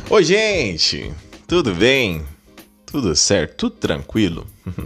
Oi, gente! Tudo bem? Tudo certo? Tudo tranquilo?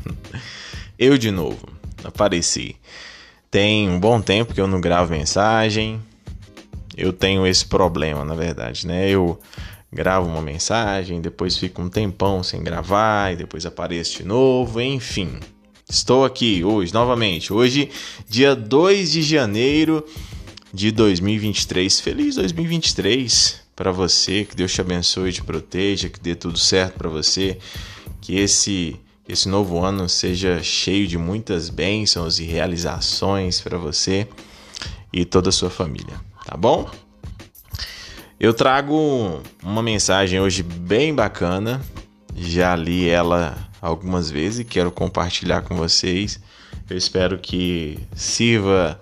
Eu de novo, apareci. Tem um bom tempo que eu não gravo mensagem. Eu tenho esse problema, na verdade, né? Eu gravo uma mensagem, depois fico um tempão sem gravar e depois apareço de novo, enfim. Estou aqui hoje, novamente. Hoje, dia 2 de janeiro de 2023. Feliz 2023 para você. Que Deus te abençoe e te proteja, que dê tudo certo para você. Que esse novo ano seja cheio de muitas bênçãos e realizações para você e toda a sua família, tá bom? Eu trago uma mensagem hoje bem bacana. Já li ela algumas vezes e quero compartilhar com vocês. Eu espero que sirva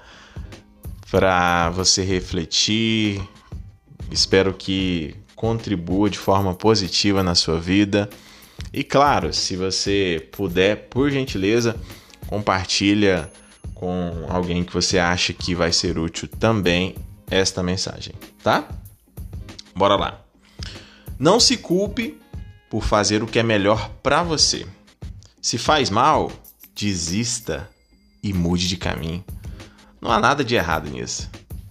para você refletir. Espero que contribua de forma positiva na sua vida. E claro, se você puder, por gentileza, compartilha com alguém que você acha que vai ser útil também esta mensagem, tá? Bora lá. Não se culpe por fazer o que é melhor para você. Se faz mal, desista e mude de caminho. Não há nada de errado nisso.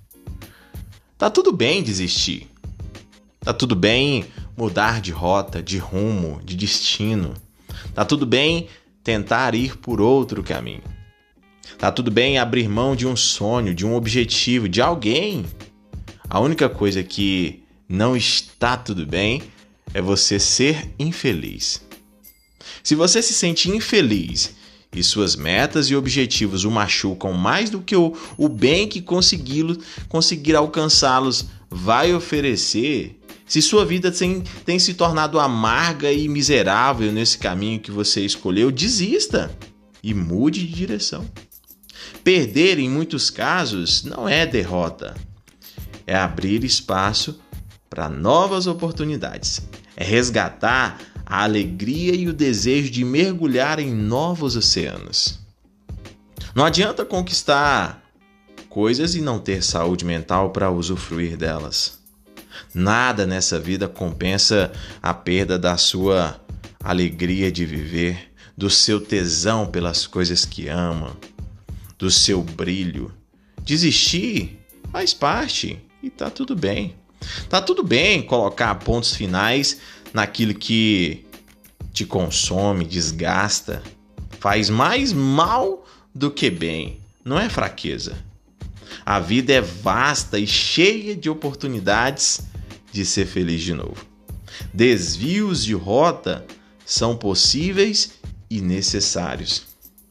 Tá tudo bem desistir. Tá tudo bem mudar de rota, de rumo, de destino. Tá tudo bem tentar ir por outro caminho. Tá tudo bem abrir mão de um sonho, de um objetivo, de alguém. A única coisa que não está tudo bem é você ser infeliz. Se você se sente infeliz e suas metas e objetivos o machucam mais do que o bem que conseguir alcançá-los vai oferecer, se sua vida tem se tornado amarga e miserável nesse caminho que você escolheu, desista e mude de direção. Perder, em muitos casos, não é derrota. É abrir espaço para novas oportunidades. É resgatar a alegria e o desejo de mergulhar em novos oceanos. Não adianta conquistar coisas e não ter saúde mental para usufruir delas. Nada nessa vida compensa a perda da sua alegria de viver, do seu tesão pelas coisas que ama, do seu brilho. Desistir faz parte e tá tudo bem. Tá tudo bem colocar pontos finais naquilo que te consome, desgasta, faz mais mal do que bem. Não é fraqueza. A vida é vasta e cheia de oportunidades de ser feliz de novo. Desvios de rota são possíveis e necessários.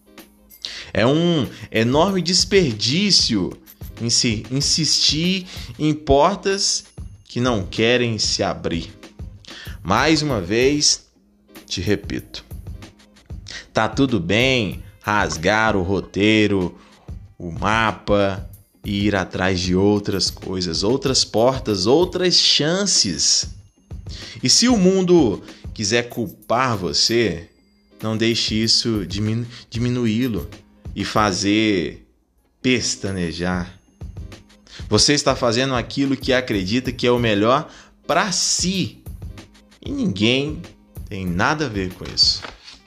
É um enorme desperdício insistir em portas que não querem se abrir. Mais uma vez, te repito, tá tudo bem rasgar o roteiro, o mapa e ir atrás de outras coisas, outras portas, outras chances. E se o mundo quiser culpar você, não deixe isso diminuí-lo e fazer pestanejar. Você está fazendo aquilo que acredita que é o melhor para si. E ninguém tem nada a ver com isso.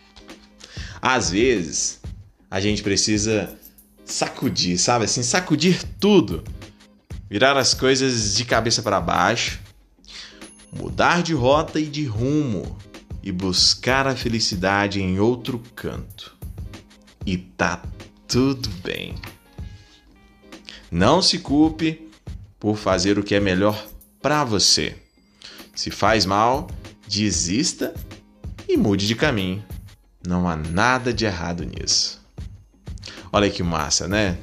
Às vezes, a gente precisa sacudir, sabe assim? Sacudir tudo. Virar as coisas de cabeça para baixo. Mudar de rota e de rumo. E buscar a felicidade em outro canto. E tá tudo bem. Não se culpe por fazer o que é melhor para você. Se faz mal, desista e mude de caminho. Não há nada de errado nisso. Olha que massa, né?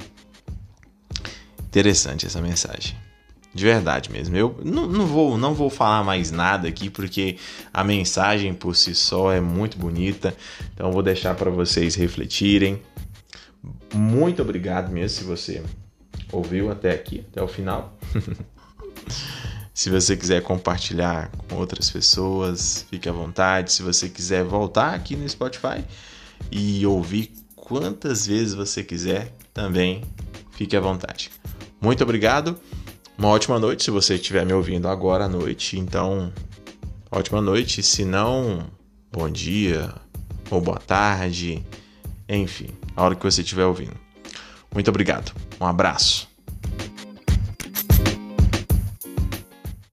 Interessante essa mensagem. De verdade mesmo. Eu não vou falar mais nada aqui porque a mensagem por si só é muito bonita. Então eu vou deixar para vocês refletirem. Muito obrigado mesmo se você ouviu até aqui, até o final. Se você quiser compartilhar com outras pessoas, fique à vontade. Se você quiser voltar aqui no Spotify e ouvir quantas vezes você quiser, também fique à vontade. Muito obrigado. Uma ótima noite se você estiver me ouvindo agora à noite. Então, ótima noite. Se não, bom dia ou boa tarde. Enfim, a hora que você estiver ouvindo. Muito obrigado. Um abraço.